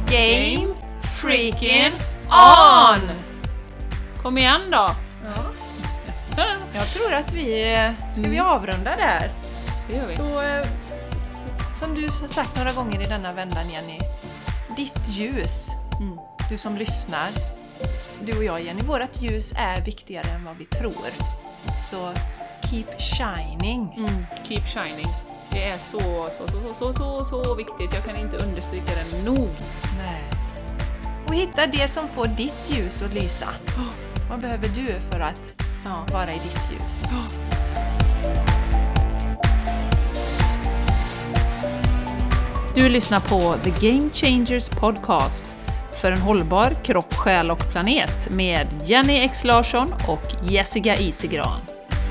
Game freaking on! Kom igen då! Ja. Jag tror att vi avrunda där. Det gör vi. Så, som du har sagt några gånger i denna vändan, Jenny. Ditt ljus, du som lyssnar. Du och jag, Jenny, vårat ljus är viktigare än vad vi tror. Så keep shining. Keep shining. Det är så viktigt. Jag kan inte understryka det nog. Nej. Och hitta det som får ditt ljus att lysa. Vad behöver du för att vara i ditt ljus? Du lyssnar på The Game Changers Podcast för en hållbar kropp, själ och planet med Jenny X Larsson och Jessica Isegran.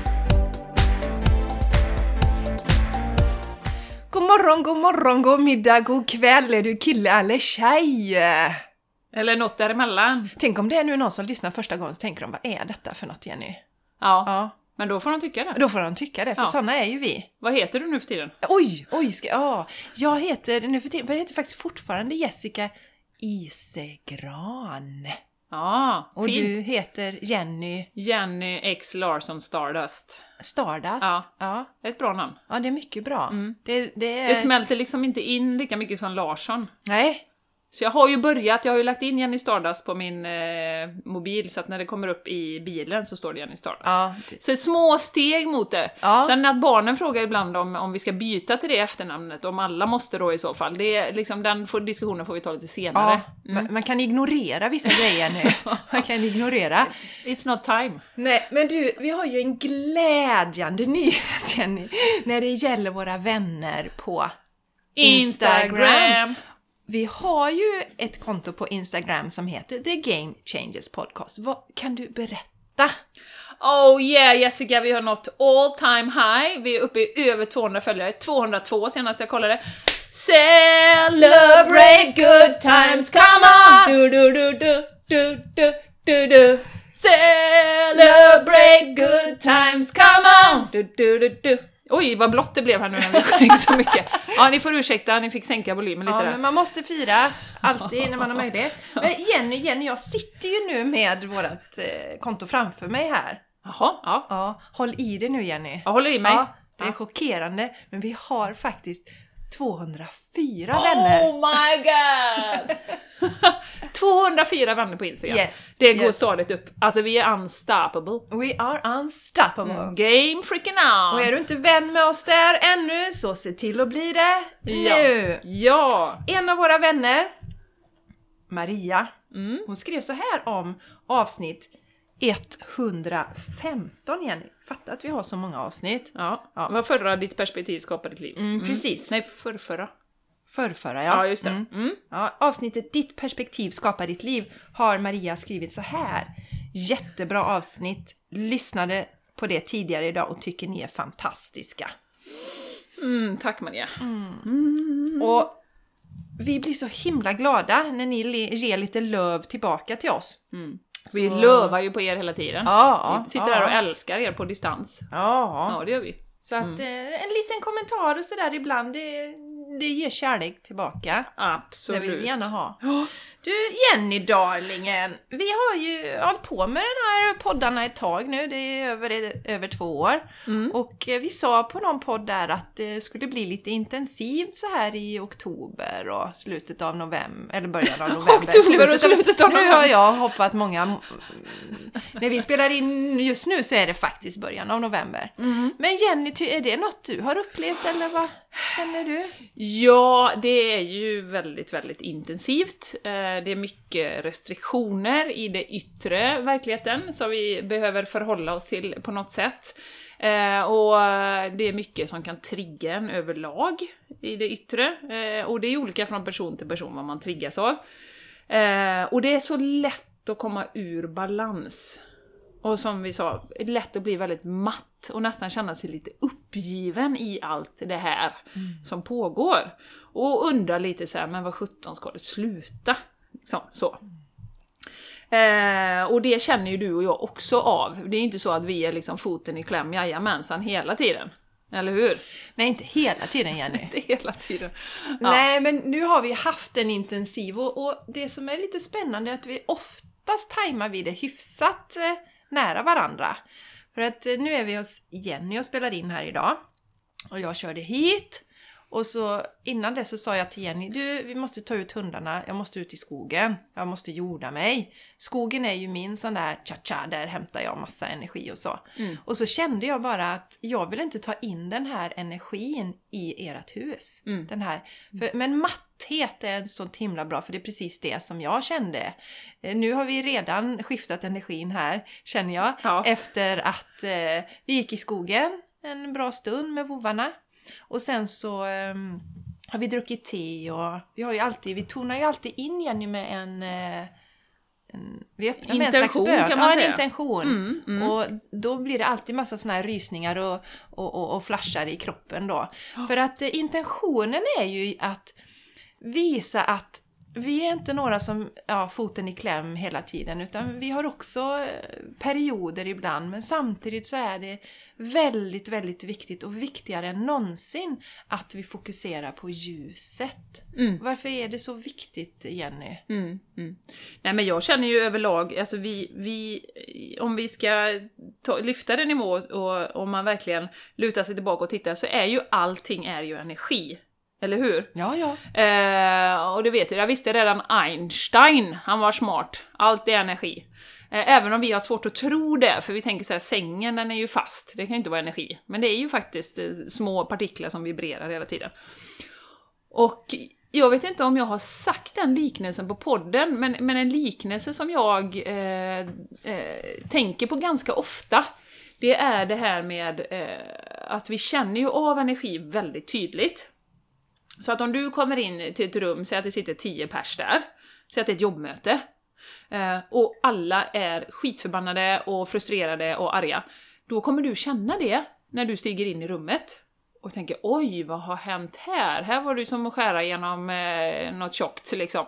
God morgon, god middag, god kväll. Är du kille eller tjej? Eller något däremellan. Tänk om det är nu någon som lyssnar första gången så tänker de, vad är detta för något, Jenny? Ja. Men då får de tycka det. Då får de tycka det, för sådana är ju vi. Vad heter du nu för tiden? Jag heter nu för tiden, jag heter faktiskt fortfarande Jessica Isegran. Ja, och fint. Du heter Jenny X Larsson Stardust. Stardust? Ja. Ett bra namn. Ja, det är mycket bra. Det smälter liksom inte in lika mycket som Larsson. Nej. Så jag har ju lagt in Jenny Stardust på min mobil, så att när det kommer upp i bilen så står det Jenny Stardust. Ja, Så små steg mot det. Ja. Sen att barnen frågar ibland om vi ska byta till det efternamnet, om alla måste då i så fall. Det är liksom, diskussionen får vi ta lite senare. Ja, man kan ignorera vissa grejer nu. Man kan ignorera. It's not time. Nej, men du, vi har ju en glädjande nyhet, Jenny, när det gäller våra vänner på Instagram. Vi har ju ett konto på Instagram som heter The Game Changers Podcast. Vad kan du berätta? Oh yeah, Jessica, vi har nått all time high. Vi är uppe i över 200 följare. 202 senast jag kollade. Celebrate good times, come on! Du. Celebrate good times, come on! Du. Oj, vad blått det blev här nu när vi sjöng så mycket. Ja, ni får ursäkta, ni fick sänka volymen lite där. Men man måste fira alltid när man har möjlighet. Men Jenny, jag sitter ju nu med vårt konto framför mig här. Jaha, ja. Ja, håll i det nu, Jenny. Jag håller i mig. Ja, det är chockerande, men vi har faktiskt 204 vänner. Oh my god! 204 vänner på Instagram. Yes. Det går stadigt upp. Alltså vi är unstoppable. We are unstoppable. Game freaking on. Och är du inte vän med oss där ännu, så se till att bli det nu. Ja. En av våra vänner, Maria, hon skrev så här om avsnitt 115, Jenny. Fatta att vi har så många avsnitt. Ja. Vad förra ditt perspektiv skapar ditt liv. Precis. Nej, förrförra. Förrförra, Ja, just det. Ja, avsnittet Ditt perspektiv skapar ditt liv har Maria skrivit så här. Jättebra avsnitt. Lyssnade på det tidigare idag och tycker ni är fantastiska. Tack Maria. Och vi blir så himla glada när ni ger lite löv tillbaka till oss. Vi lövar ju på er hela tiden. Vi sitter där och älskar er på distans. Ja, det gör vi. Så att en liten kommentar och sådär ibland, det ger kärlek tillbaka. Absolut. Det vill vi gärna ha. Du, Jenny darlingen, vi har ju hållit på med den här poddarna ett tag nu. Det är över 2 år. Och vi sa på någon podd där att det skulle bli lite intensivt så här i oktober och slutet av november, eller början av november. Oktober och slutet av november. Nu har jag hoppat många. När vi spelar in just nu så är det faktiskt början av november. Men Jenny, är det något du har upplevt eller vad känner du? Ja, det är ju väldigt, väldigt intensivt. Det är mycket restriktioner i det yttre verkligheten som vi behöver förhålla oss till på något sätt. Och det är mycket som kan trigga en överlag i det yttre. Och det är olika från person till person vad man triggas av. Och det är så lätt att komma ur balans. Och som vi sa, lätt att bli väldigt matt och nästan känna sig lite uppgiven i allt det här som pågår. Och undra lite så här, men vad 17 ska det sluta? Så. Och det känner ju du och jag också av. Det är inte så att vi är liksom foten i kläm, jajamensan, hela tiden. Eller hur? Nej, inte hela tiden, Jenny. Inte hela tiden. Ja. Nej, men nu har vi haft en intensiv och det som är lite spännande är att vi oftast tajmar vi det hyfsat nära varandra. För att nu är vi hos Jenny och spelar in här idag. Och jag körde hit. Och så innan det så sa jag till Jenny, vi måste ta ut hundarna, jag måste ut i skogen, jag måste jorda mig. Skogen är ju min sån där cha-cha, där hämtar jag massa energi och så. Och så kände jag bara att jag vill inte ta in den här energin i ert hus. Den här, men matthet är så himla bra, för det är precis det som jag kände. Nu har vi redan skiftat energin här, känner jag, efter att vi gick i skogen en bra stund med vovarna. Och sen så har vi druckit te och vi tonar ju alltid in Jenny med vi öppnar med en slags bön. Kan man säga. En intention. Och då blir det alltid massa såna här rysningar och flashar i kroppen då. För att intentionen är ju att visa att vi är inte några som foten i kläm hela tiden, utan vi har också perioder ibland, men samtidigt så är det väldigt, väldigt viktigt och viktigare än någonsin att vi fokuserar på ljuset. Varför är det så viktigt, Jenny? Nej, men jag känner ju överlag, alltså vi om vi ska lyfta den nivå och om man verkligen lutar sig tillbaka och tittar, så är ju allting energi. Eller hur? Ja. Och det vet jag visste redan Einstein, han var smart. Allt är energi. Även om vi har svårt att tro det, för vi tänker så här, sängen den är ju fast, det kan inte vara energi. Men det är ju faktiskt små partiklar som vibrerar hela tiden. Och jag vet inte om jag har sagt den liknelsen på podden, men en liknelse som jag tänker på ganska ofta, det är det här med att vi känner ju av energi väldigt tydligt. Så att om du kommer in till ett rum, säg att det sitter 10 pers där, säg att det är ett jobbmöte, och alla är skitförbannade och frustrerade och arga, då kommer du känna det när du stiger in i rummet och tänker, oj, vad har hänt här? Här var du som att skära genom något tjockt liksom.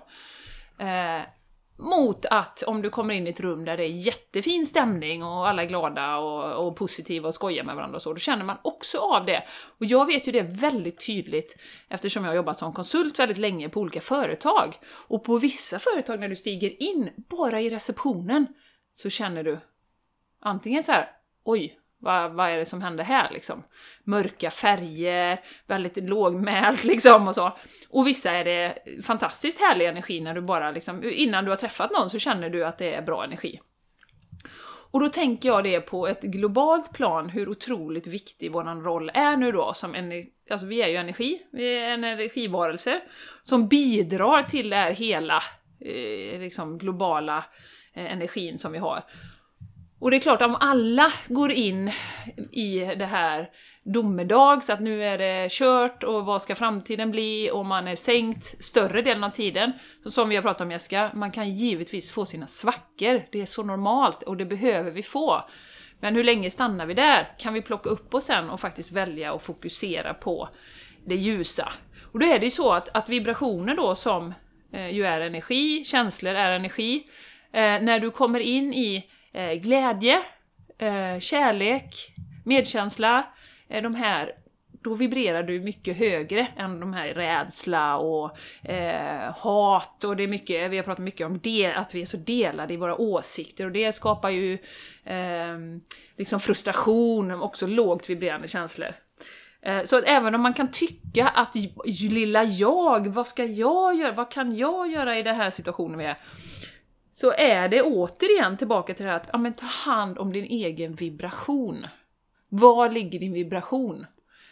Mot att om du kommer in i ett rum där det är jättefin stämning och alla är glada och positiva och skojar med varandra och så, då känner man också av det. Och jag vet ju det väldigt tydligt eftersom jag har jobbat som konsult väldigt länge på olika företag. Och på vissa företag, när du stiger in bara i receptionen, så känner du antingen så här, oj, vad är det som händer här liksom? Mörka färger, väldigt lågmält liksom och så. Och vissa är det fantastiskt härlig energi när du bara liksom, innan du har träffat någon så känner du att det är bra energi. Och då tänker jag det på ett globalt plan, hur otroligt viktig våran roll är nu då som alltså vi är ju energi, vi är energivarelser som bidrar till det här hela liksom globala energin som vi har. Och det är klart, om alla går in i det här domedag, så att nu är det kört och vad ska framtiden bli, och man är sänkt större delen av tiden, så som vi har pratat om, Jessica, man kan givetvis få sina svackor, det är så normalt och det behöver vi få. Men hur länge stannar vi där? Kan vi plocka upp oss sen och faktiskt välja och fokusera på det ljusa? Och då är det ju så att vibrationer då, som ju är energi, känslor är energi, när du kommer in i glädje, kärlek, medkänsla, de här, då vibrerar du mycket högre än de här rädsla och hat, och det är mycket, vi har pratat mycket om det, att vi är så delade i våra åsikter, och det skapar ju liksom frustration, också lågt vibrerande känslor. Så att även om man kan tycka att lilla jag, vad ska jag göra, vad kan jag göra i den här situationen vi är, så är det återigen tillbaka till det här att ta hand om din egen vibration. Var ligger din vibration?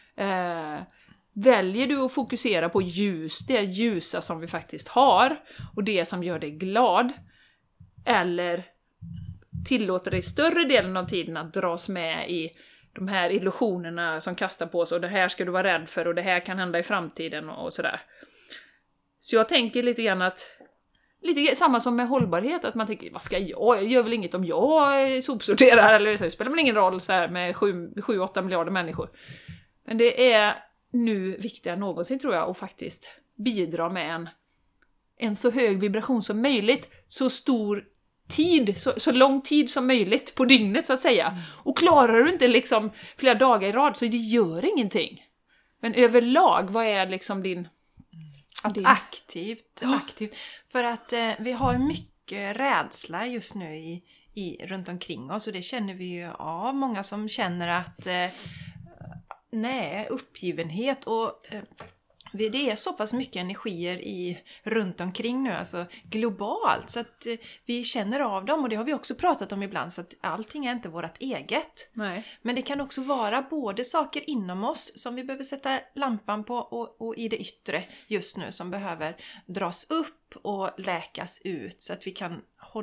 Väljer du att fokusera på ljus, det ljusa som vi faktiskt har och det som gör dig glad, eller tillåter dig större delen av tiden att dras med i de här illusionerna som kastar på oss, och det här ska du vara rädd för och det här kan hända i framtiden och sådär. Så jag tänker lite grann att lite samma som med hållbarhet, att man tänker, vad ska jag gör väl inget om jag sopsorterar, eller så, det spelar väl ingen roll så här med 7-8 miljarder människor. Men det är nu viktigare än någonsin, tror jag, att faktiskt bidra med en så hög vibration som möjligt, så stor tid, så lång tid som möjligt på dygnet så att säga. Och klarar du inte liksom flera dagar i rad så det gör ingenting. Men överlag, vad är liksom din... Aktivt. För att vi har mycket rädsla just nu runt omkring oss och det känner vi ju av. Många som känner att uppgivenhet och det är så pass mycket energier runt omkring nu, alltså globalt, så att vi känner av dem och det har vi också pratat om ibland, så att allting är inte vårt eget. Nej. Men det kan också vara både saker inom oss som vi behöver sätta lampan på och i det yttre just nu som behöver dras upp och läkas ut så att vi kan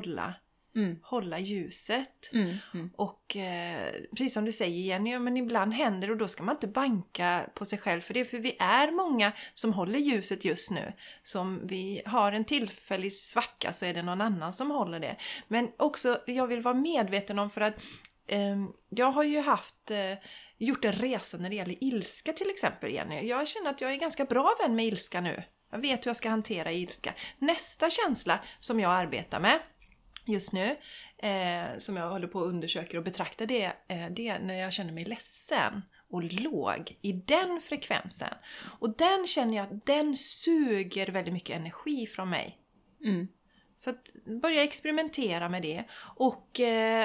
hålla ljuset. Och precis som du säger Jenny, men ibland händer och då ska man inte banka på sig själv för det, för vi är många som håller ljuset just nu. Som vi har en tillfällig svacka så är det någon annan som håller det. Men också, jag vill vara medveten om, för att jag har ju gjort en resa när det gäller ilska till exempel, Jenny. Jag känner att jag är ganska bra vän med ilska nu. Jag vet hur jag ska hantera ilska. Nästa känsla som jag arbetar med just nu, som jag håller på att undersöka och betrakta, det är när jag känner mig ledsen och låg i den frekvensen. Och den känner jag att den suger väldigt mycket energi från mig. Så att börja experimentera med det. Och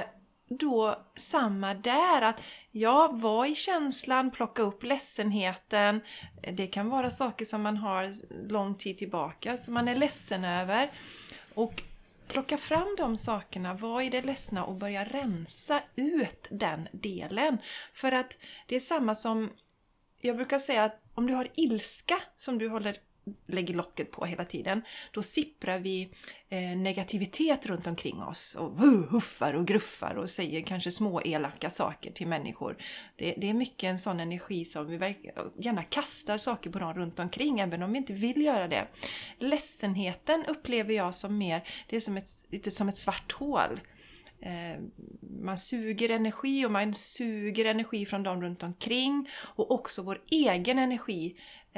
då samma där, att jag var i känslan, plocka upp ledsenheten. Det kan vara saker som man har lång tid tillbaka som man är ledsen över. Och plocka fram de sakerna, vad är det ledsna, och börja rensa ut den delen. För att det är samma som, jag brukar säga att om du har ilska som du lägger locket på hela tiden, då sipprar vi negativitet runt omkring oss och huffar och gruffar och säger kanske små elaka saker till människor. Det är mycket en sån energi som vi gärna kastar saker på dem runt omkring, även om vi inte vill göra det. Ledsenheten upplever jag som mer, det är lite som ett svart hål. Man suger energi och man suger energi från dem runt omkring, och också vår egen energi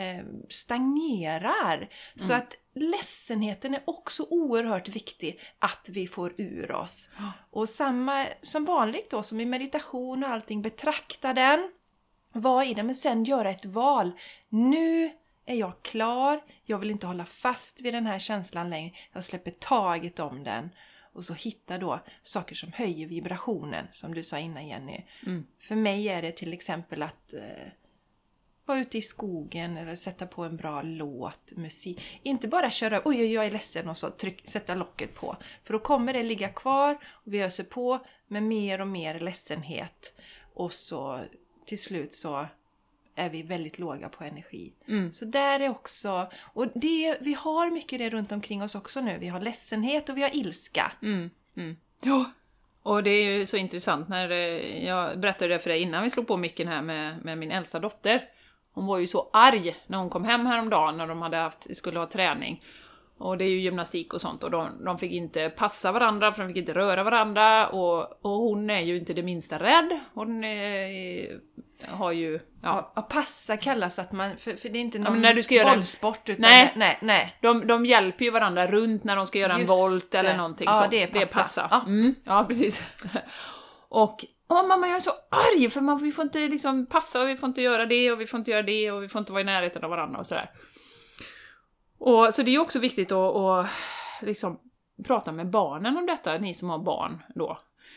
stagnerar. Så att ledsenheten är också oerhört viktig att vi får ur oss. Och samma som vanligt då, som i meditation och allting, betrakta den, vad i den, men sen göra ett val. Nu är jag klar, jag vill inte hålla fast vid den här känslan längre, jag släpper taget om den. Och så hitta då saker som höjer vibrationen, som du sa innan Jenny. För mig är det till exempel att vara ute i skogen eller sätta på en bra låt, musik. Inte bara köra, oj jag är ledsen, och så sätta locket på. För då kommer det ligga kvar och vi öser på med mer och mer ledsenhet. Och så till slut så är vi väldigt låga på energi. Så där är också, och vi har mycket det runt omkring oss också nu. Vi har ledsenhet och vi har ilska. Ja, och det är ju så intressant när jag berättade det för dig innan vi slog på micken här med min äldsta dotter. Hon var ju så arg när hon kom hem häromdagen när de skulle ha träning. Och det är ju gymnastik och sånt, och de fick inte passa varandra för de fick inte röra varandra, och hon är ju inte det minsta rädd. Hon har ju... Ja, passa kallas att man... För det är inte någon när du ska göra bollsport utan... Nej. De hjälper ju varandra runt när de ska göra en volt eller någonting. Ja, sånt. det är passa. Ja, precis. Och mamma, jag är så arg för vi får inte liksom passa, och vi får inte göra det, och vi får inte göra det, och vi får inte vara i närheten av varandra och sådär. Och så det är också viktigt att liksom prata med barnen om detta, ni som har barn då.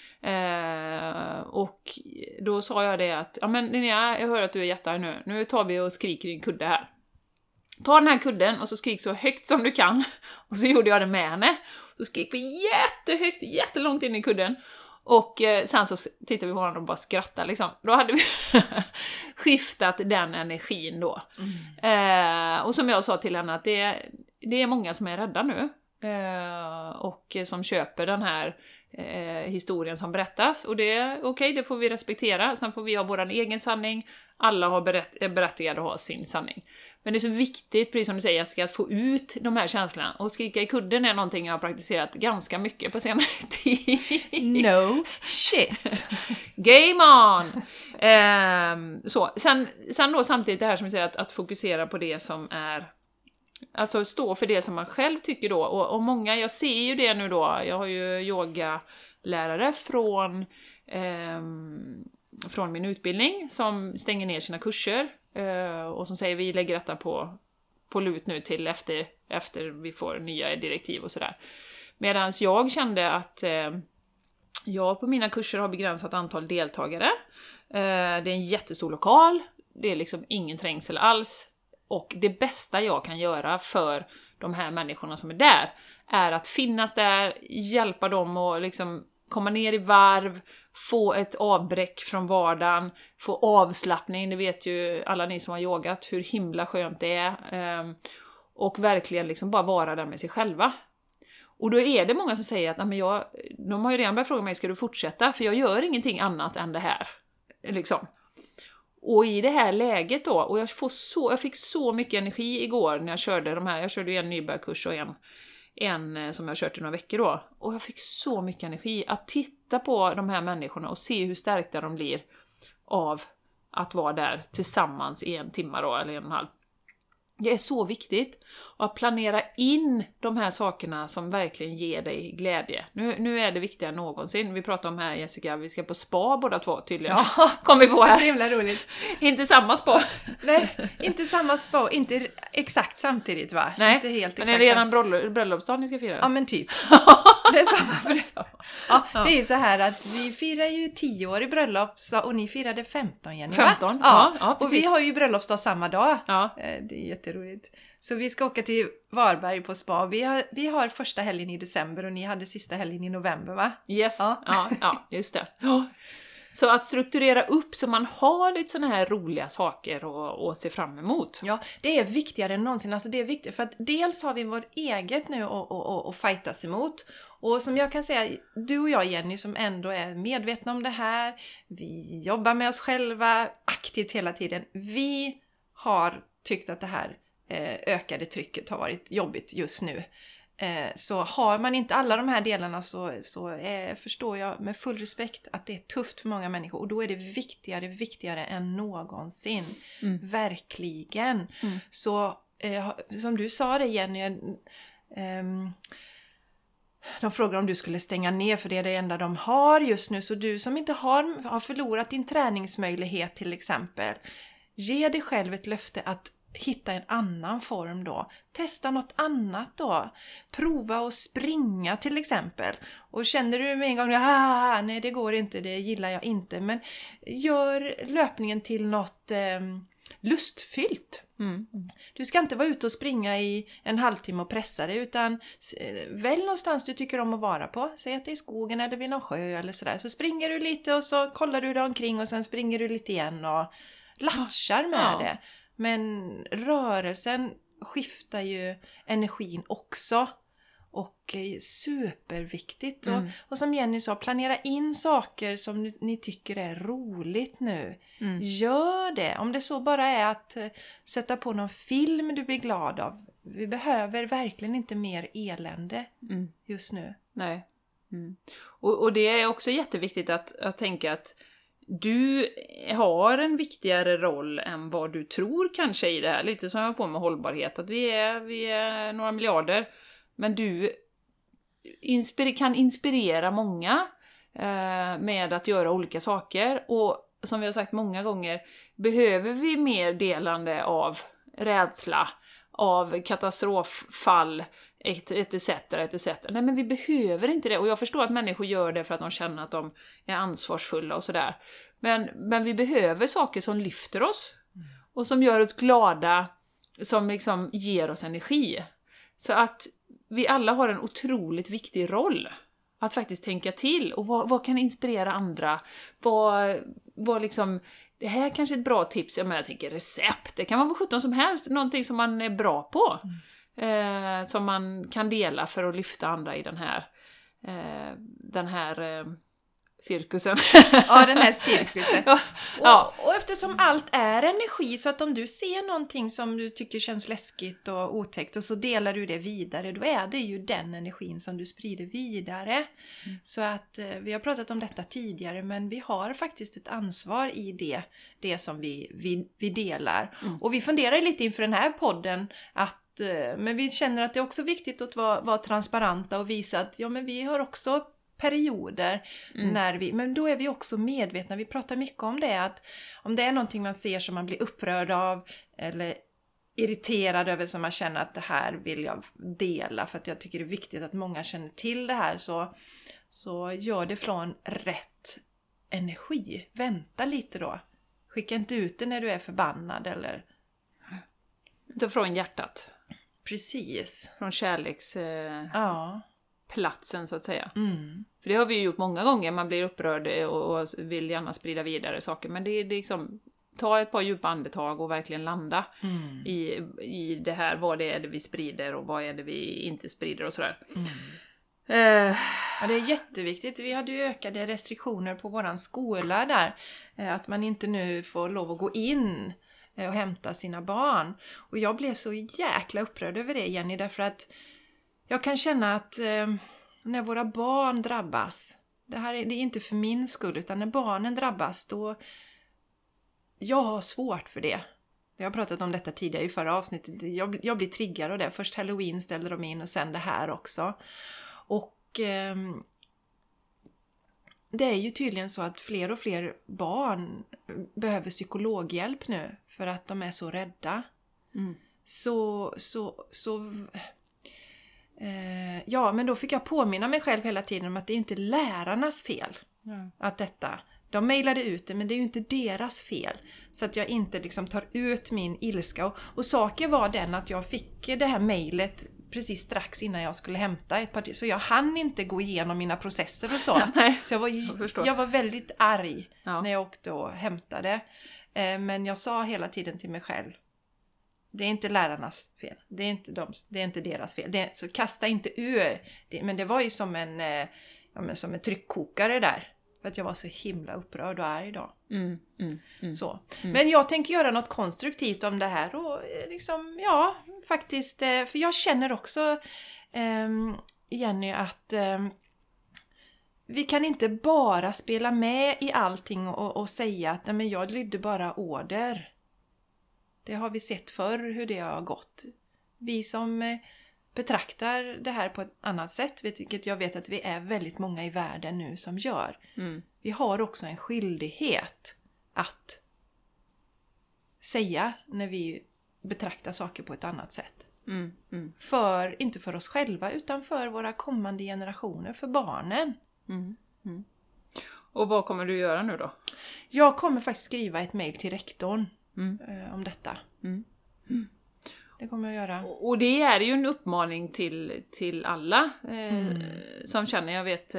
Och då sa jag det att, ja men Linnea, jag hör att du är jättearg nu tar vi och skriker i en kudde här. Ta den här kudden och så skrik så högt som du kan. Och så gjorde jag det med henne. Så skrik vi jättehögt, jättelångt in i kudden. Och sen så tittade vi på varandra och bara skrattade liksom. Då hade vi skiftat den energin då. Och som jag sa till henne att det är många som är rädda nu. Och som köper den här historien som berättas. Och det är okej, det får vi respektera. Sen får vi ha vår egen sanning. Alla är berättigade att ha sin sanning. Men det är så viktigt, precis som du säger Jessica, att få ut de här känslorna. Och skrika i kudden är någonting jag har praktiserat ganska mycket på senare tid. No shit! Game on! Så. Sen då samtidigt det här som jag säger, att fokusera på det som är alltså stå för det som man själv tycker då. Och många, jag ser ju det nu då, jag har ju yogalärare från min utbildning som stänger ner sina kurser och som säger vi lägger detta på lut nu till efter vi får nya direktiv och sådär. Medan jag kände att jag på mina kurser har begränsat antal deltagare. Det är en jättestor lokal, det är liksom ingen trängsel alls. Och det bästa jag kan göra för de här människorna som är där är att finnas där, hjälpa dem och liksom komma ner i varv, få ett avbräck från vardagen, få avslappning, det vet ju alla ni som har yogat hur himla skönt det är. Och verkligen liksom bara vara där med sig själva. Och då är det många som säger att de har ju redan börjat fråga mig, ska du fortsätta? För jag gör ingenting annat än det här. Liksom. Och i det här läget då, och jag fick så mycket energi igår när jag körde de här, jag körde ju en nybörjarkurs och en som jag kört i några veckor då. Och jag fick så mycket energi att titta på de här människorna och se hur stärkta de blir av att vara där tillsammans i 1 timme då, eller 1,5. Det är så viktigt att planera in de här sakerna som verkligen ger dig glädje. Nu är det viktigare än någonsin. Vi pratar om här, Jessica, vi ska på spa båda två tydligen. Ja, kom vi på här. Det är så himla roligt. Inte samma spa. Nej, inte samma spa. Inte exakt samtidigt, va? Nej, inte helt exakt. Men är det redan bröllopsdagen ni ska fira? Ja, men typ. Det är samma bröllop. Ja, det är ju så här att vi firar ju 10 år i bröllop och ni firade 15, Jenny, 15, va? Ja, och vi har ju bröllopsdag samma dag. Ja. Det är jätteroligt. Så vi ska åka till Varberg på spa. Vi har första helgen i december och ni hade sista helgen i november, va? Yes, ja just det. Ja. Så att strukturera upp så man har lite såna här roliga saker att se fram emot. Ja, det är viktigare än någonsin. Alltså det är viktigt för att dels har vi vårt eget nu att fightas emot. Och som jag kan säga, du och jag, Jenny, som ändå är medvetna om det här. Vi jobbar med oss själva aktivt hela tiden. Vi har tyckt att det här ökade trycket har varit jobbigt just nu. Så har man inte alla de här delarna så förstår jag med full respekt att det är tufft för många människor. Och då är det viktigare än någonsin. Verkligen. Så som du sa det, Jenny, de frågar om du skulle stänga ner för det är det enda de har just nu. Så du som inte har förlorat din träningsmöjlighet till exempel, ge dig själv ett löfte att hitta en annan form då. Testa något annat då. Prova att springa till exempel. Och känner du med en gång, nej det går inte, det gillar jag inte. Men gör löpningen till något lustfyllt. Du ska inte vara ute och springa i 1,5 timme och pressa dig, utan välj någonstans du tycker om att vara på. Säg att det är i skogen eller vid någon sjö eller sådär. Så springer du lite och så kollar du dig omkring och sen springer du lite igen och latchar med det. Men rörelsen skiftar ju energin också. Och superviktigt. Och som Jenny sa, planera in saker som ni tycker är roligt nu. Gör det. Om det så bara är att sätta på någon film du blir glad av. Vi behöver verkligen inte mer elände just nu. Nej. Och det är också jätteviktigt att tänka att du har en viktigare roll än vad du tror kanske i det här. Lite som jag får med hållbarhet. Att vi är några miljarder. Men du kan inspirera många med att göra olika saker. Och som vi har sagt många gånger, behöver vi mer delande av rädsla, av katastroffall, etc. Nej, men vi behöver inte det. Och jag förstår att människor gör det för att de känner att de är ansvarsfulla och sådär. Men vi behöver saker som lyfter oss. Och som gör oss glada, som liksom ger oss energi. Så att vi alla har en otroligt viktig roll att faktiskt tänka till. Och vad kan inspirera andra? Vad liksom, det här är kanske ett bra tips. Jag tänker recept. Det kan vara 17 som helst. Någonting som man är bra på. Som man kan dela för att lyfta andra i den här cirkusen. Ja, den här cirkusen. Och eftersom allt är energi, så att om du ser någonting som du tycker känns läskigt och otäckt och så delar du det vidare, då är det ju den energin som du sprider vidare. Så att vi har pratat om detta tidigare, men vi har faktiskt ett ansvar i det som vi delar. Och vi funderar lite inför den här podden att men vi känner att det är också viktigt att vara transparenta och visa att men vi har också perioder men då är vi också medvetna, vi pratar mycket om det, att om det är någonting man ser som man blir upprörd av eller irriterad över, som man känner att det här vill jag dela för att jag tycker det är viktigt att många känner till det här, så gör det från rätt energi. Vänta lite då. Skicka inte ut det när du är förbannad eller... Det från hjärtat. Precis. Från kärleksplatsen så att säga. För det har vi ju gjort många gånger. Man blir upprörd och vill gärna sprida vidare saker. Men det är liksom... Ta ett par djupa andetag och verkligen landa i det här. Vad det är det vi sprider och vad är det vi inte sprider och sådär. Ja, det är jätteviktigt. Vi hade ju ökade restriktioner på våran skola där. Att man inte nu får lov att gå in och hämta sina barn. Och jag blev så jäkla upprörd över det, Jenny. Därför att jag kan känna att när våra barn drabbas. Det är inte för min skull, utan när barnen drabbas då... Jag har svårt för det. Jag har pratat om detta tidigare i förra avsnittet. Jag blir triggad av det. Först Halloween ställde de in och sen det här också. Och det är ju tydligen så att fler och fler barn behöver psykologhjälp nu. För att de är så rädda. Ja, men då fick jag påminna mig själv hela tiden om att det är inte lärarnas fel. Att detta... De mejlade ut det, men det är ju inte deras fel. Så att jag inte liksom tar ut min ilska. Och saken var den att jag fick det här mejlet precis strax innan jag skulle hämta ett parti. Så jag hann inte gå igenom mina processer och så. Så jag var väldigt arg när jag åkte och hämtade. Men jag sa hela tiden till mig själv. Det är inte lärarnas fel. Det är inte deras fel. Så kasta inte ur. Men det var ju som en tryckkokare där. För att jag var så himla upprörd och arg idag. Så. Men jag tänker göra något konstruktivt om det här. Och liksom, faktiskt. För jag känner också, Jenny, att vi kan inte bara spela med i allting och säga att nej, men jag lydde bara order. Det har vi sett förr hur det har gått. Vi som... betraktar det här på ett annat sätt, vilket jag vet att vi är väldigt många i världen nu som gör. Vi har också en skyldighet att säga när vi betraktar saker på ett annat sätt. Inte för oss själva utan för våra kommande generationer, för barnen. Och vad kommer du göra nu då? Jag kommer faktiskt skriva ett mejl till rektorn om detta. Det kommer jag göra. Och det är ju en uppmaning till alla som känner, jag vet,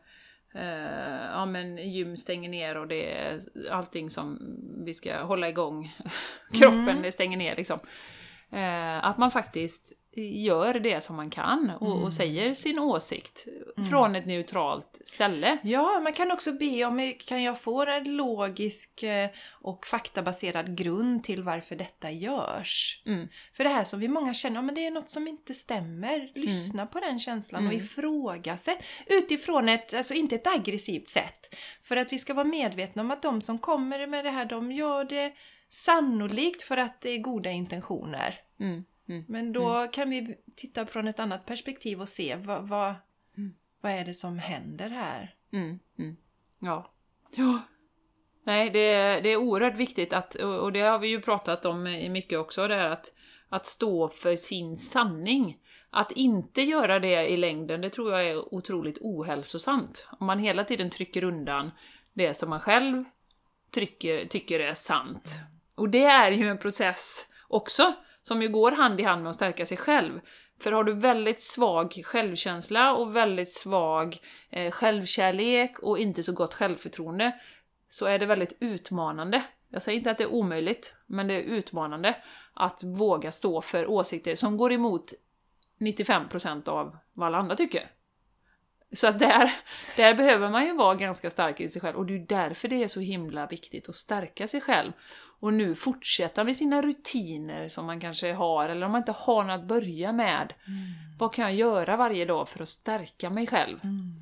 men gym stänger ner och det är allting som vi ska hålla igång. Kroppen, det stänger ner liksom. Att man faktiskt gör det som man kan och säger sin åsikt från ett neutralt ställe. Ja, man kan också be om, kan jag få en logisk och faktabaserad grund till varför detta görs? För det här som vi många känner, men det är något som inte stämmer. Lyssna på den känslan och ifrågasätt. Utifrån alltså inte ett aggressivt sätt. För att vi ska vara medvetna om att de som kommer med det här, de gör det sannolikt för att det är goda intentioner. Men då kan vi titta från ett annat perspektiv och se vad är det som händer här. Ja. Nej, det är oerhört viktigt och det har vi ju pratat om i mycket också, det är att stå för sin sanning. Att inte göra det i längden, det tror jag är otroligt ohälsosamt. Om man hela tiden trycker undan det som man själv tycker är sant. Och det är ju en process också som ju går hand i hand med att stärka sig själv. För har du väldigt svag självkänsla och väldigt svag självkärlek och inte så gott självförtroende, så är det väldigt utmanande. Jag säger inte att det är omöjligt, men det är utmanande att våga stå för åsikter som går emot 95% av vad alla andra tycker. Så att där behöver man ju vara ganska stark i sig själv. Och det är därför det är så himla viktigt att stärka sig själv. Och nu fortsätta med sina rutiner som man kanske har. Eller om man inte har något att börja med. Vad kan jag göra varje dag för att stärka mig själv?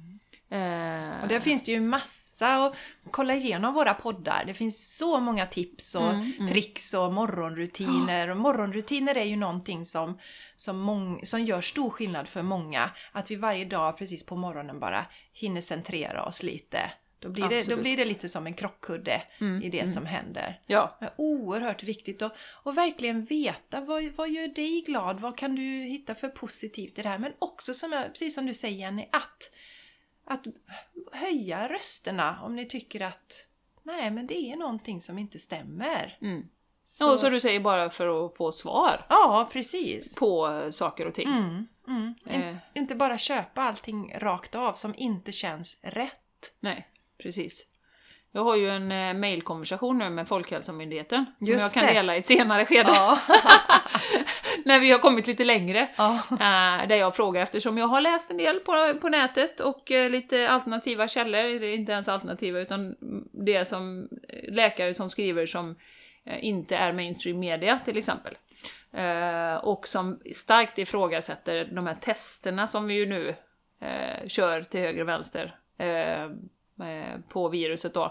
Och där finns det ju massa att kolla igenom våra poddar. Det finns så många tips och tricks och morgonrutiner. Och morgonrutiner är ju någonting som gör stor skillnad för många. Att vi varje dag precis på morgonen bara hinner centrera oss lite. Då blir det lite som en krockkudde i det som händer. Ja. Det är oerhört viktigt att verkligen veta vad gör dig glad? Vad kan du hitta för positivt i det här? Men också precis som du säger, Jenny, att höja rösterna om ni tycker att nej, men det är någonting som inte stämmer. Så du säger bara för att få svar. Ja, precis. På saker och ting. Inte bara köpa allting rakt av som inte känns rätt. Nej, precis. Jag har ju en mejlkonversation nu med Folkhälsomyndigheten som jag kan dela i ett senare skede. Ja. När vi har kommit lite längre. Ja. Där jag frågar, eftersom jag har läst en del på nätet och lite alternativa källor. Det är inte ens alternativa utan det är som läkare som skriver som inte är mainstream media till exempel. Och som starkt ifrågasätter de här testerna som vi ju nu kör till höger och vänster på viruset då.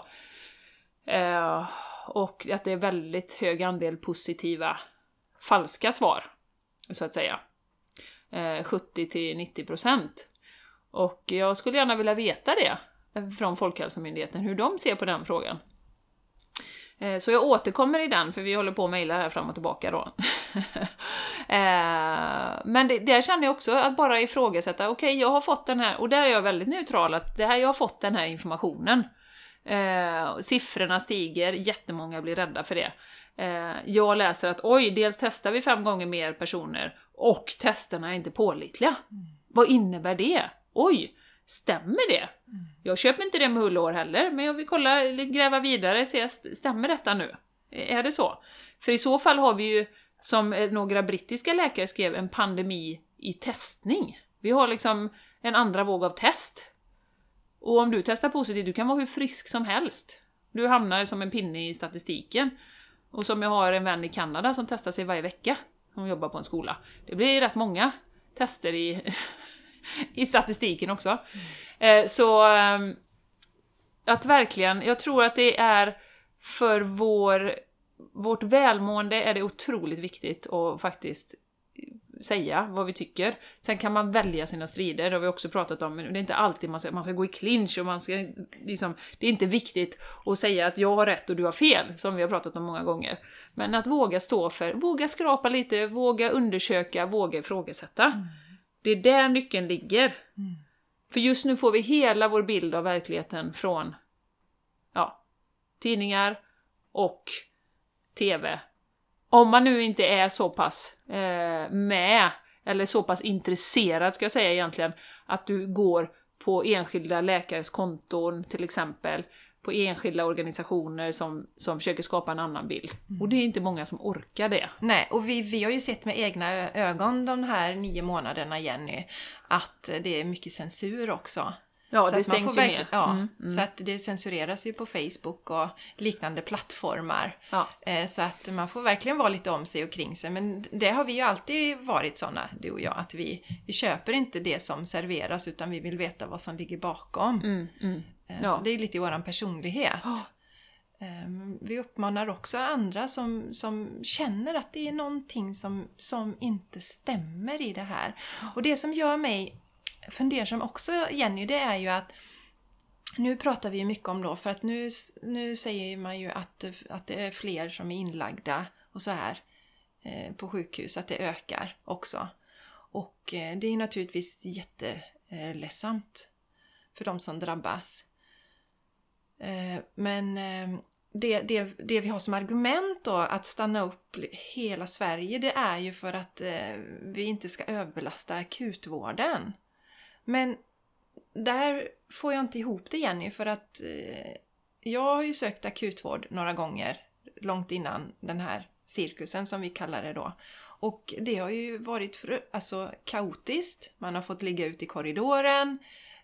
Och att det är väldigt hög andel positiva falska svar, så att säga. 70-90%. Och jag skulle gärna vilja veta det från Folkhälsomyndigheten, hur de ser på den frågan. Så jag återkommer i den, för vi håller på att mejla här fram och tillbaka då. Men där känner jag också att bara ifrågasätta, okej, jag har fått den här, och där är jag väldigt neutral, att jag har fått den här informationen. Siffrorna stiger, jättemånga blir rädda för det. Jag läser att dels testar vi 5 gånger mer personer och testerna är inte pålitliga. Vad innebär det? Stämmer det? Jag köper inte det med hull och hår heller, men jag vill gräva vidare och se, stämmer detta nu? Är det så? För i så fall har vi ju, som några brittiska läkare skrev, en pandemi i testning. Vi har liksom en andra våg av test. Och om du testar positivt, du kan vara hur frisk som helst. Du hamnar som en pinne i statistiken. Och som jag har en vän i Kanada som testar sig varje vecka. Hon jobbar på en skola. Det blir rätt många tester i statistiken också. Så att verkligen, jag tror att det är för vårt välmående är det otroligt viktigt att faktiskt säga vad vi tycker. Sen kan man välja sina strider, det har vi också pratat om, men det är inte alltid man ska gå i clinch och man ska liksom, det är inte viktigt att säga att jag har rätt och du har fel, som vi har pratat om många gånger. Men att våga stå för, våga skrapa lite, våga undersöka, våga ifrågasätta. Det är där nyckeln ligger. För just nu får vi hela vår bild av verkligheten från tidningar och tv. Om man nu inte är så pass med, eller så pass intresserad ska jag säga egentligen, att du går på enskilda läkares konton till exempel, på enskilda organisationer som försöker skapa en annan bild. Och det är inte många som orkar det. Nej, och vi har ju sett med egna ögon de här 9 månaderna, Jenny, att det är mycket censur också. Ja, så det stängs ju ner. Ja, så att det censureras ju på Facebook och liknande plattformar. Ja. Så att man får verkligen vara lite om sig och kring sig. Men det har vi ju alltid varit såna, du och jag, att vi köper inte det som serveras utan vi vill veta vad som ligger bakom. Ja. Så det är lite i våran personlighet. Ja. Vi uppmanar också andra som känner att det är någonting som inte stämmer i det här. Och det som gör mig fundersam också, Jenny, det är ju att nu pratar vi mycket om då, för att nu säger man ju att det är fler som är inlagda och så här på sjukhus, att det ökar också. Och det är naturligtvis jätteledsamt för de som drabbas. Men det vi har som argument då att stanna upp hela Sverige, det är ju för att vi inte ska överbelasta akutvården. Men där får jag inte ihop det, Jenny, för att jag har ju sökt akutvård några gånger långt innan den här cirkusen som vi kallar det då. Och det har ju varit kaotiskt. Man har fått ligga ut i korridoren.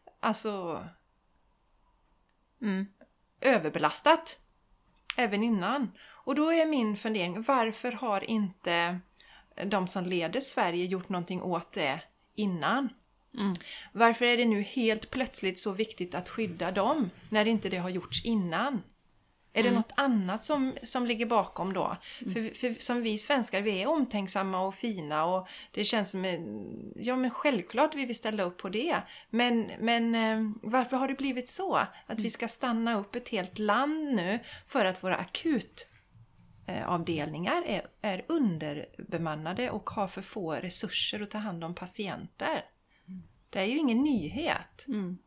Överbelastat. Även innan. Och då är min fundering, varför har inte de som leder Sverige gjort någonting åt det innan? Varför är det nu helt plötsligt så viktigt att skydda dem när inte det har gjorts innan? Är det något annat som ligger bakom då? För som vi svenskar, vi är omtänksamma och fina och det känns som men självklart vi vill ställa upp på det. Men varför har det blivit så? Att vi ska stanna upp ett helt land nu för att våra akutavdelningar är underbemannade och har för få resurser att ta hand om patienter. Det är ju ingen nyhet.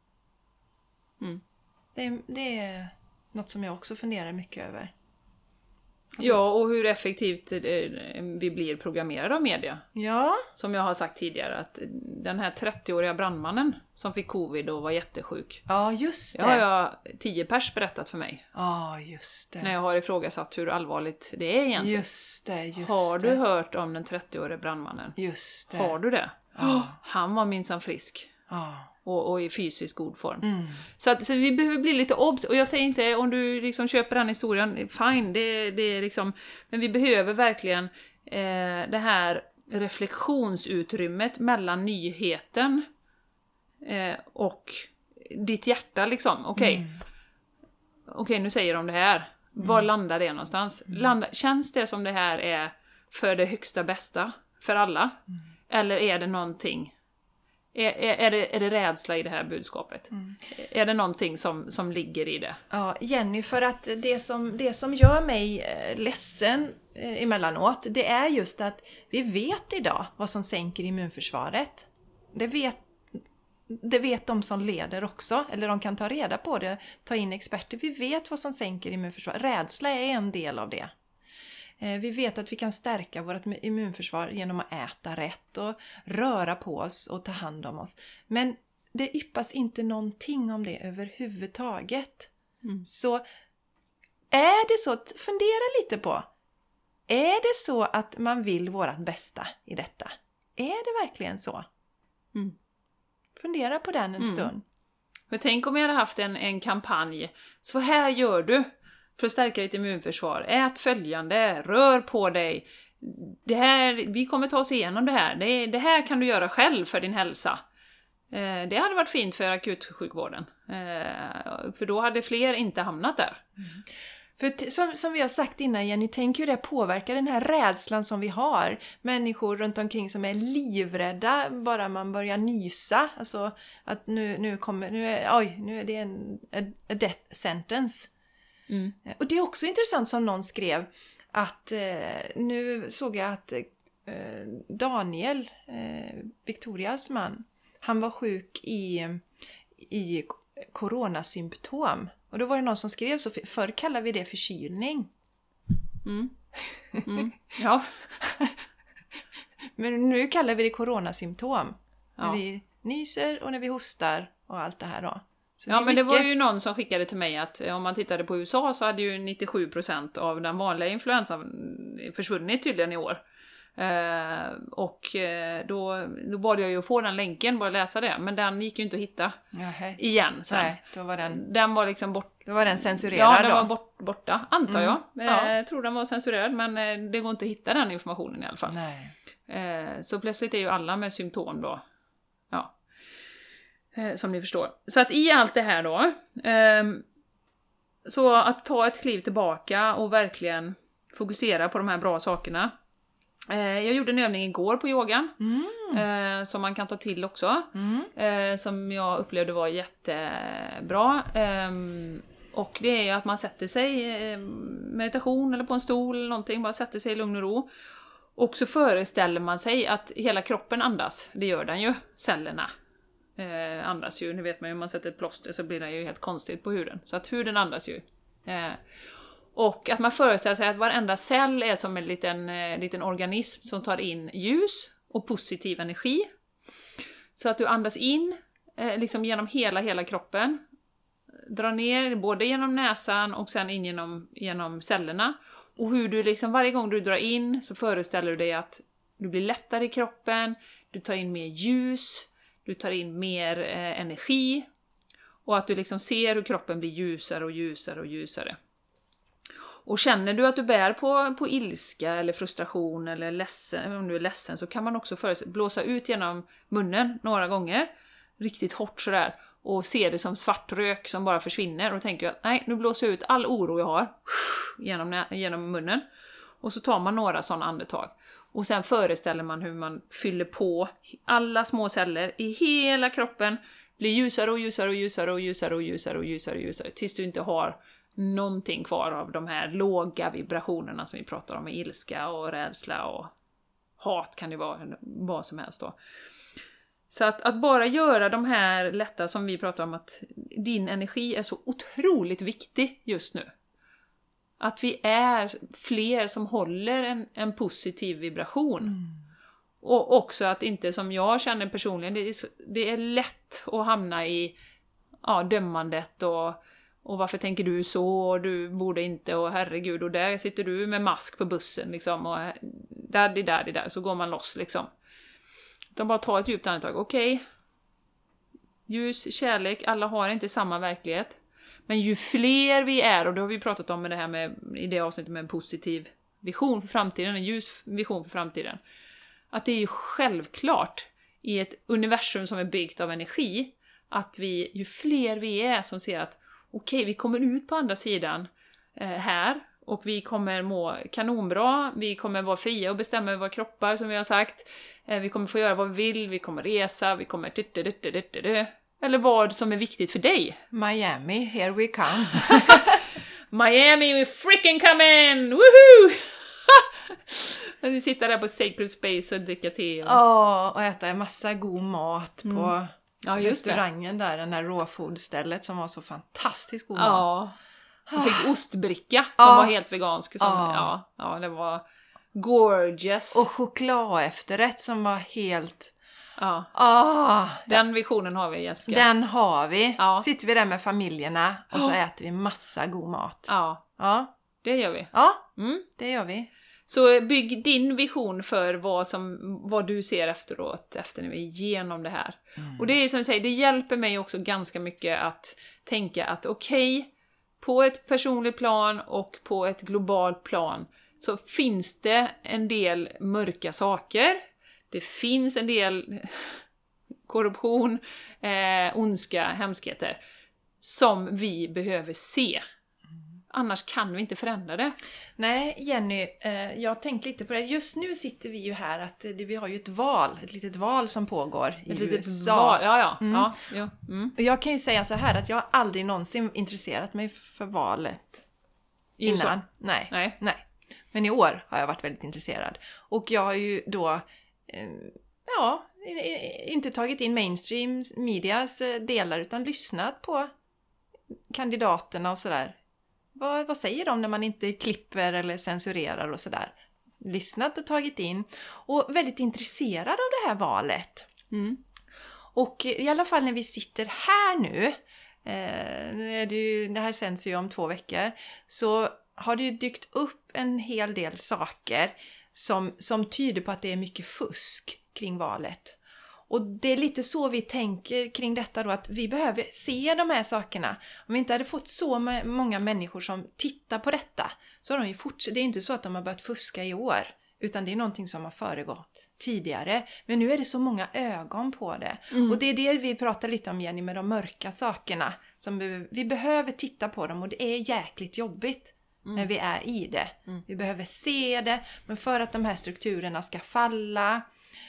Det är något som jag också funderar mycket över. Ja, och hur effektivt vi blir programmerade av media. Ja. Som jag har sagt tidigare, att den här 30-åriga brandmannen som fick covid och var jättesjuk. Ja, just det. Det har jag 10 pers berättat för mig. Ja, just det. När jag har ifrågasatt hur allvarligt det är egentligen. Just det. Har du hört om den 30-åriga brandmannen? Just det. Har du det? Ja. Han var minsann frisk. Ja. Och i fysisk god form. Så vi behöver bli lite obs. Och jag säger inte, om du liksom köper den historien, fine, det är liksom... Men vi behöver verkligen det här reflektionsutrymmet mellan nyheten och ditt hjärta liksom. Okej, nu säger de det här. Var landar det någonstans? Känns det som det här är för det högsta bästa för alla? Eller är det någonting... Är det rädsla i det här budskapet? Är det någonting som ligger i det? Ja, Jenny, för att det som gör mig ledsen emellanåt, det är just att vi vet idag vad som sänker immunförsvaret. Det vet de som leder också, eller de kan ta reda på det, ta in experter. Vi vet vad som sänker immunförsvaret. Rädsla är en del av det. Vi vet att vi kan stärka vårt immunförsvar genom att äta rätt och röra på oss och ta hand om oss. Men det yppas inte någonting om det överhuvudtaget. Så är det så, fundera lite på, är det så att man vill vårt bästa i detta? Är det verkligen så? Fundera på den en stund. För tänk om jag hade haft en kampanj. Så här gör du för att stärka ditt immunförsvar. Ät följande, rör på dig. Vi kommer ta oss igenom det här. Det här kan du göra själv för din hälsa. Det hade varit fint för akutsjukvården. För då hade fler inte hamnat där. För som vi har sagt innan, Jenny, tänk hur det påverkar den här rädslan som vi har. Människor runt omkring som är livrädda bara man börjar nysa. Alltså att nu är det en death sentence. Och det är också intressant som någon skrev att nu såg jag att Daniel, Victorias man, han var sjuk i coronasymptom. Och då var det någon som skrev så, förr kallade vi det förkylning. Ja. Men nu kallar vi det coronasymptom. När vi nyser och när vi hostar och allt det här då. Så ja, men det var ju någon som skickade till mig att om man tittade på USA så hade ju 97% av den vanliga influensan försvunnit tydligen i år. Då bad jag ju att få den länken, bara läsa det. Men den gick ju inte att hitta igen sen. Nej, då var den var liksom Då var den censurerad. Ja, den var borta, antar jag. Jag tror den var censurerad, men det går inte att hitta den informationen i alla fall. Nej. Så plötsligt är ju alla med symptom då. Ja. Som ni förstår. Så att i allt det här då, så att ta ett kliv tillbaka och verkligen fokusera på de här bra sakerna. Jag gjorde en övning igår på yogan, som man kan ta till också, som jag upplevde var jättebra. Och det är ju att man sätter sig meditation eller på en stol eller någonting, bara sätter sig i lugn och ro. Och så föreställer man sig att hela kroppen andas, det gör den ju, cellerna. Andas ju, nu vet man ju, om man sätter ett plåster så blir det ju helt konstigt på huden. Så att huden andas ju. Och att man föreställer sig att varenda cell är som en liten organism som tar in ljus och positiv energi. Så att du andas in liksom genom hela kroppen. Drar ner både genom näsan och sen in genom cellerna. Och hur du liksom varje gång du drar in så föreställer du dig att du blir lättare i kroppen. Du tar in mer ljus. Du tar in mer energi. Och att du liksom ser hur kroppen blir ljusare och ljusare och ljusare. Och känner du att du bär på ilska eller frustration eller ledsen, om du är ledsen, så kan man också blåsa ut genom munnen några gånger. riktigt hårt sådär och ser det som svart rök som bara försvinner och tänker att nej, nu blåser jag ut all oro jag har genom munnen. Och så tar man några sådana andetag. Och sen föreställer man hur man fyller på alla små celler i hela kroppen. Blir ljusare och ljusare och ljusare och ljusare och ljusare och ljusare och ljusare. Tills du inte har någonting kvar av de här låga vibrationerna som vi pratar om. Med ilska och rädsla och hat kan det vara vad som helst då. Så att bara göra de här lätta som vi pratar om, att din energi är så otroligt viktig just nu. Att vi är fler som håller en positiv vibration. Och också att inte, som jag känner personligen, det är lätt att hamna i dömandet och varför tänker du så, och du borde inte, och herregud, och där sitter du med mask på bussen liksom, och där, så går man loss liksom. De bara tar ett djupt andetag, okej. Ljus, kärlek, alla har inte samma verklighet. Men ju fler vi är, och det har vi pratat om med det här med, i det avsnittet med en positiv vision för framtiden, en ljus vision för framtiden. Att det är ju självklart i ett universum som är byggt av energi, att ju fler vi är som ser att okej, vi kommer ut på andra sidan här, och vi kommer må kanonbra, vi kommer vara fria och bestämma över våra kroppar som vi har sagt, vi kommer få göra vad vi vill, vi kommer resa, vi kommer eller vad som är viktigt för dig. Miami, here we come. Miami, we freaking come in! Woohoo! Vi sitter där på Sacred Space och dricker te. Och äta en massa god mat på restaurangen där, den där råfodstället som var så fantastiskt god mat. Jag fick ostbricka som var helt vegansk. Det var gorgeous. Och choklad efterrätt som var helt... Den visionen har vi, Jessica. Den har vi. Sitter vi där med familjerna och så äter vi massa god mat. Det gör vi. Det gör vi. Så bygg din vision för vad du ser efteråt, efter när vi är igenom det här. Och det är som jag säger, det hjälper mig också ganska mycket att tänka att okej, på ett personligt plan och på ett globalt plan så finns det en del mörka saker. Det finns en del korruption, ondska, hemskheter som vi behöver se. Annars kan vi inte förändra det. Nej, Jenny, jag har tänkt lite på det. Just nu sitter vi ju här att vi har ju ett litet val som pågår i USA. Och jag kan ju säga så här att jag har aldrig någonsin intresserat mig för valet innan. Nej. Men i år har jag varit väldigt intresserad. Och jag har ju då inte tagit in mainstream medias delar utan lyssnat på kandidaterna och sådär. Vad säger de när man inte klipper eller censurerar och sådär? Lyssnat och tagit in. Och väldigt intresserad av det här valet. Och i alla fall när vi sitter här nu är det här sänds ju om 2 veckor. Så har det ju dykt upp en hel del saker som tyder på att det är mycket fusk kring valet. Och det är lite så vi tänker kring detta då, att vi behöver se de här sakerna. Om vi inte hade fått så många människor som tittar på detta, så har de ju fortsatt. Det är inte så att de har börjat fuska i år, utan det är någonting som har föregått tidigare. Men nu är det så många ögon på det. Och det är det vi pratar lite om, Jenny, med de mörka sakerna. Som vi behöver titta på dem, och det är jäkligt jobbigt när vi är i det. Vi behöver se det, men för att de här strukturerna ska falla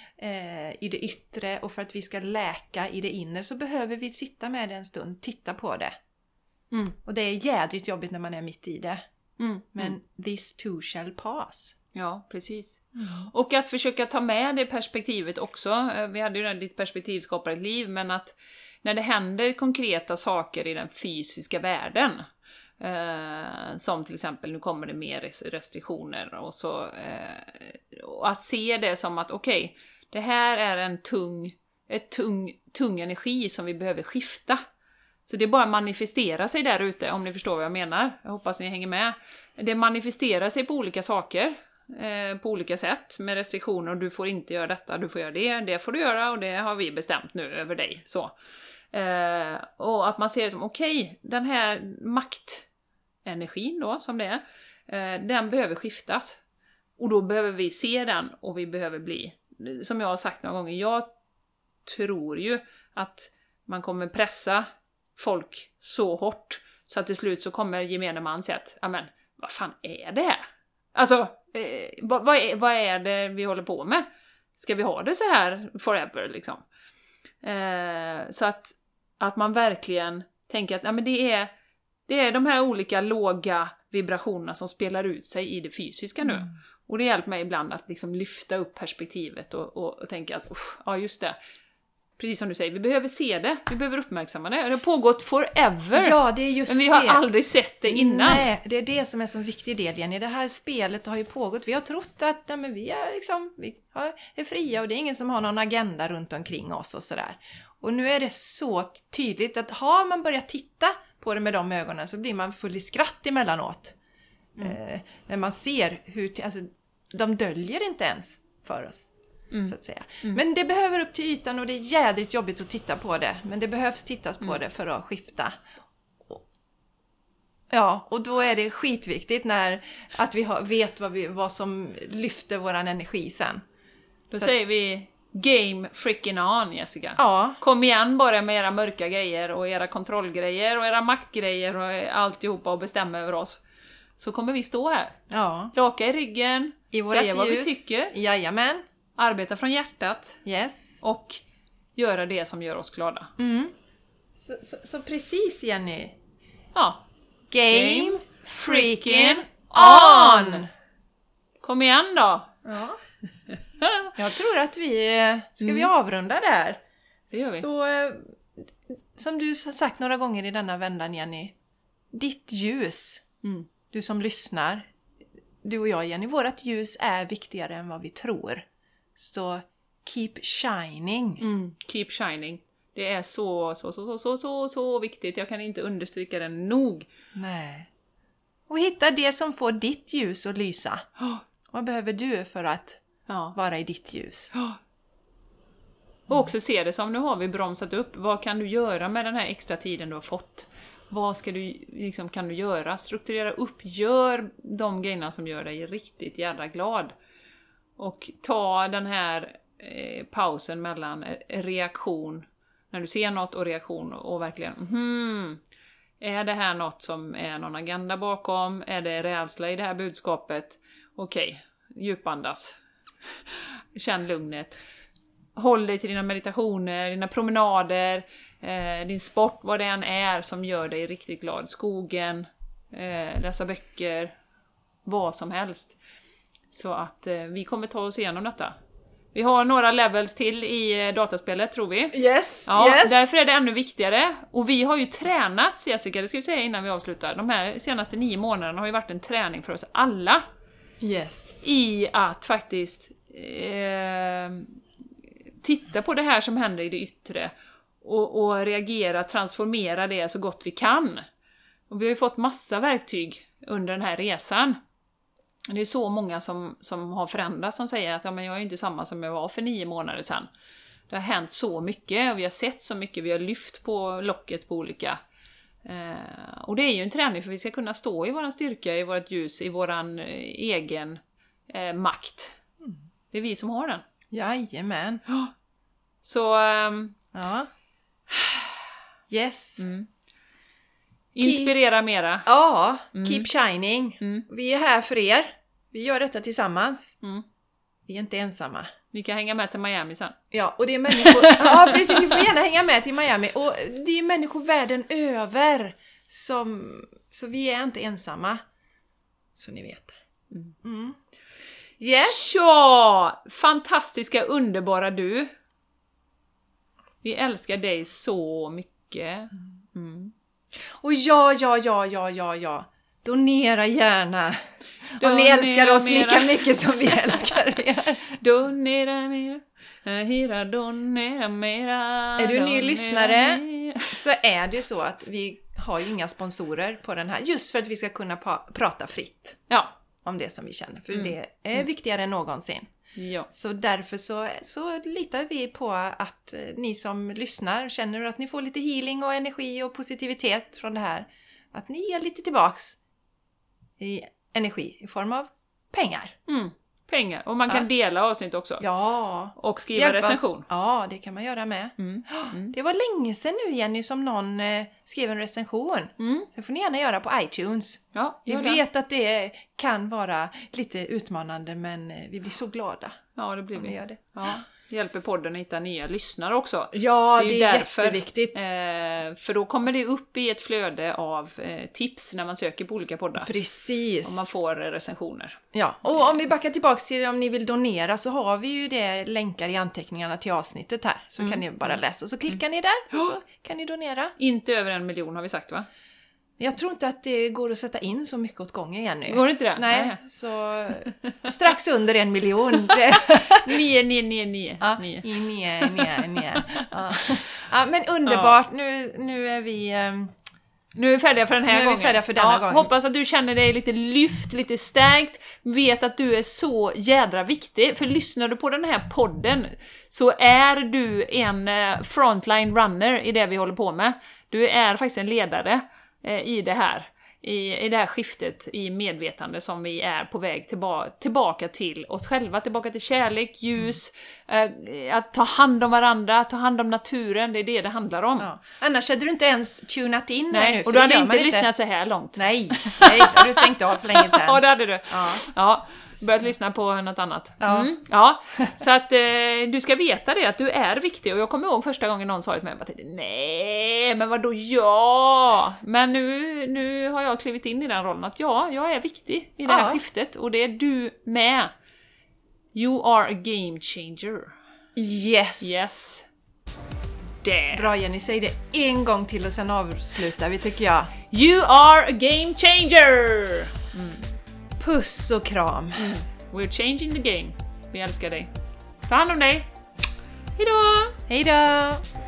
i det yttre och för att vi ska läka i det inre, så behöver vi sitta med det en stund, titta på det. Och det är jädrigt jobbigt när man är mitt i det. Men this too shall pass. Ja, precis. Och att försöka ta med det perspektivet också. Vi hade ju det här, ditt perspektiv skapar ett liv, men att när det händer konkreta saker i den fysiska världen, som till exempel nu kommer det mer restriktioner och så, att se det som att okej, det här är en tung energi som vi behöver skifta. Så det bara manifesterar sig där ute, om ni förstår vad jag menar. Jag hoppas ni hänger med. Det manifesterar sig på olika saker, på olika sätt med restriktioner. Och du får inte göra detta, du får göra det får du göra, och det har vi bestämt nu över dig. Så. Och att man ser det som okej, den här maktenergin då som det är, den behöver skiftas. Och då behöver vi se den, och vi behöver bli, som jag har sagt några gånger, jag tror ju att man kommer pressa folk så hårt så att till slut så kommer gemene man säga att amen, vad fan är det här? Alltså, vad är det vi håller på med? Ska vi ha det så här forever liksom? Så att man verkligen tänker att ja, men det är de här olika låga vibrationerna som spelar ut sig i det fysiska nu. Och det hjälper mig ibland att liksom lyfta upp perspektivet och tänka att ja just det. Precis som du säger, vi behöver se det, vi behöver uppmärksamma det. Det har pågått forever. Ja, det är just men vi har aldrig sett det innan. Nej, det är det som är så viktig del, Jenny. Det här spelet har ju pågått. Vi har trott att men vi är fria och det är ingen som har någon agenda runt omkring oss och sådär. Och nu är det så tydligt att har man börjat titta på det med de ögonen så blir man full i skratt emellanåt. När man ser hur... Alltså, de döljer inte ens för oss. Så att säga. Men det behöver upp till ytan och det är jädrigt jobbigt att titta på det. Men det behövs tittas på det för att skifta. Ja, och då är det skitviktigt att vi vet vad som lyfter våran energi sen. Då säger vi game freaking on, Jessica. Ja. Kom igen bara med era mörka grejer och era kontrollgrejer och era maktgrejer och alltihopa och bestämma över oss. Så kommer vi stå här. Ja. Raka i ryggen, säga vad vi tycker. Jajamän. Arbeta från hjärtat. Yes. Och göra det som gör oss glada. Så precis, Jenny. Ja. Game freaking on! Kom igen då. Ja. Jag tror att vi avrunda där. Det gör vi. Så som du har sagt några gånger i denna vändan, Jenny. Ditt ljus. Du som lyssnar. Du och jag, Jenny. Vårat ljus är viktigare än vad vi tror. Så keep shining. Keep shining. Det är så viktigt. Jag kan inte understryka det nog. Nej. Och hitta det som får ditt ljus att lysa. Vad behöver du för att vara i ditt ljus? Och också se det som, nu har vi bromsat upp. Vad kan du göra med den här extra tiden du har fått? Vad ska du, kan du göra? Strukturera upp. Gör de grejerna som gör dig riktigt jävla glad. Och ta den här pausen mellan reaktion, när du ser något, och reaktion, och verkligen är det här något som är någon agenda bakom? Är det rädsla i det här budskapet? Okej, djupandas. Känn lugnet. Håll dig till dina meditationer, dina promenader, din sport, vad det än är som gör dig riktigt glad. Skogen, läsa böcker, vad som helst. Så att vi kommer ta oss igenom detta. Vi har några levels till i dataspelet, tror vi. Yes, ja, yes. Därför är det ännu viktigare. Och vi har ju tränat, Jessica, det ska vi säga innan vi avslutar. De här senaste 9 månaderna har ju varit en träning för oss alla. Yes. I att faktiskt titta på det här som händer i det yttre. Och reagera, transformera det så gott vi kan. Och vi har ju fått massa verktyg under den här resan. Det är så många som har förändrats som säger att men jag är inte samma som jag var för 9 månader sedan. Det har hänt så mycket och vi har sett så mycket, vi har lyft på locket på olika. Och det är ju en träning för vi ska kunna stå i våran styrka, i vårat ljus, i våran egen makt. Det är vi som har den. Jajamän. Så... ja. Yes. Inspirera mera. Ja, keep shining. Vi är här för er. Vi gör detta tillsammans. Vi är inte ensamma. Ni kan hänga med till Miami sen. Ja, och det är människor... ja, precis. Vi får gärna hänga med till Miami. Och det är människor världen över så vi är inte ensamma. Så ni vet. Yes. Ja! Fantastiska, underbara du. Vi älskar dig så mycket. Och ja. Donera gärna. Om ni älskar oss lika mycket som vi älskar er. Donera mera. Donera mera. Är du ny lyssnare så är det så att vi har ju inga sponsorer på den här. Just för att vi ska kunna prata fritt. Ja. Om det som vi känner. För det är viktigare än någonsin. Ja. Så därför så litar vi på att ni som lyssnar känner att ni får lite healing och energi och positivitet från det här. Att ni ger lite tillbaks i energi i form av pengar. pengar. Och man kan dela avsnitt också. Ja. Och skriva recension. Ja, det kan man göra med. Det var länge sedan nu, Jenny, som någon skrev en recension. Det får ni gärna göra på iTunes. Ja, vi vet att det kan vara lite utmanande, men vi blir så glada. Ja, det blir vi. Gör det. Ja. Hjälper podden att hitta nya lyssnare också. Ja, det är jätteviktigt. För då kommer det upp i ett flöde av tips när man söker på olika poddar. Precis. Och man får recensioner. Ja, och om vi backar tillbaka till om ni vill donera, så har vi ju det länkar i anteckningarna till avsnittet här. Så kan ni bara läsa. Så klickar ni där och så kan ni donera. Inte över 1 miljon har vi sagt, va? Jag tror inte att det går att sätta in så mycket åt gången igen nu. Går det inte det? Nej, så strax under 1 miljon. 9. Ja, men underbart. Nu är vi... Nu är vi färdiga för den här gången. Hoppas att du känner dig lite lyft, lite stärkt. Vet att du är så jädra viktig. För lyssnar du på den här podden så är du en frontline runner i det vi håller på med. Du är faktiskt en ledare i det här. I det här skiftet i medvetande som vi är på väg tillbaka till oss själva, tillbaka till kärlek, ljus, att ta hand om varandra, ta hand om naturen, det är det handlar om. Ja. Annars hade du inte ens tunat in här nu. Och du hade inte lyssnat så här långt. Nej, har du stängt av för länge sedan. Ja, det hade du. Ja. Börjat lyssna på något annat. Så att du ska veta det, att du är viktig. Och jag kommer ihåg första gången någon sa det till mig, jag bara tänkte, nej, men vadå men nu har jag klivit in i den rollen att jag är viktig i det här skiftet. Och det är du med. You are a game changer. Yes. Bra, Jenny, säg det en gång till och sen avslutar vi, tycker jag. You are a game changer. Puss och kram. We're changing the game. Vi älskar dig. Ta hand om dig. Hejdå! Hejdå!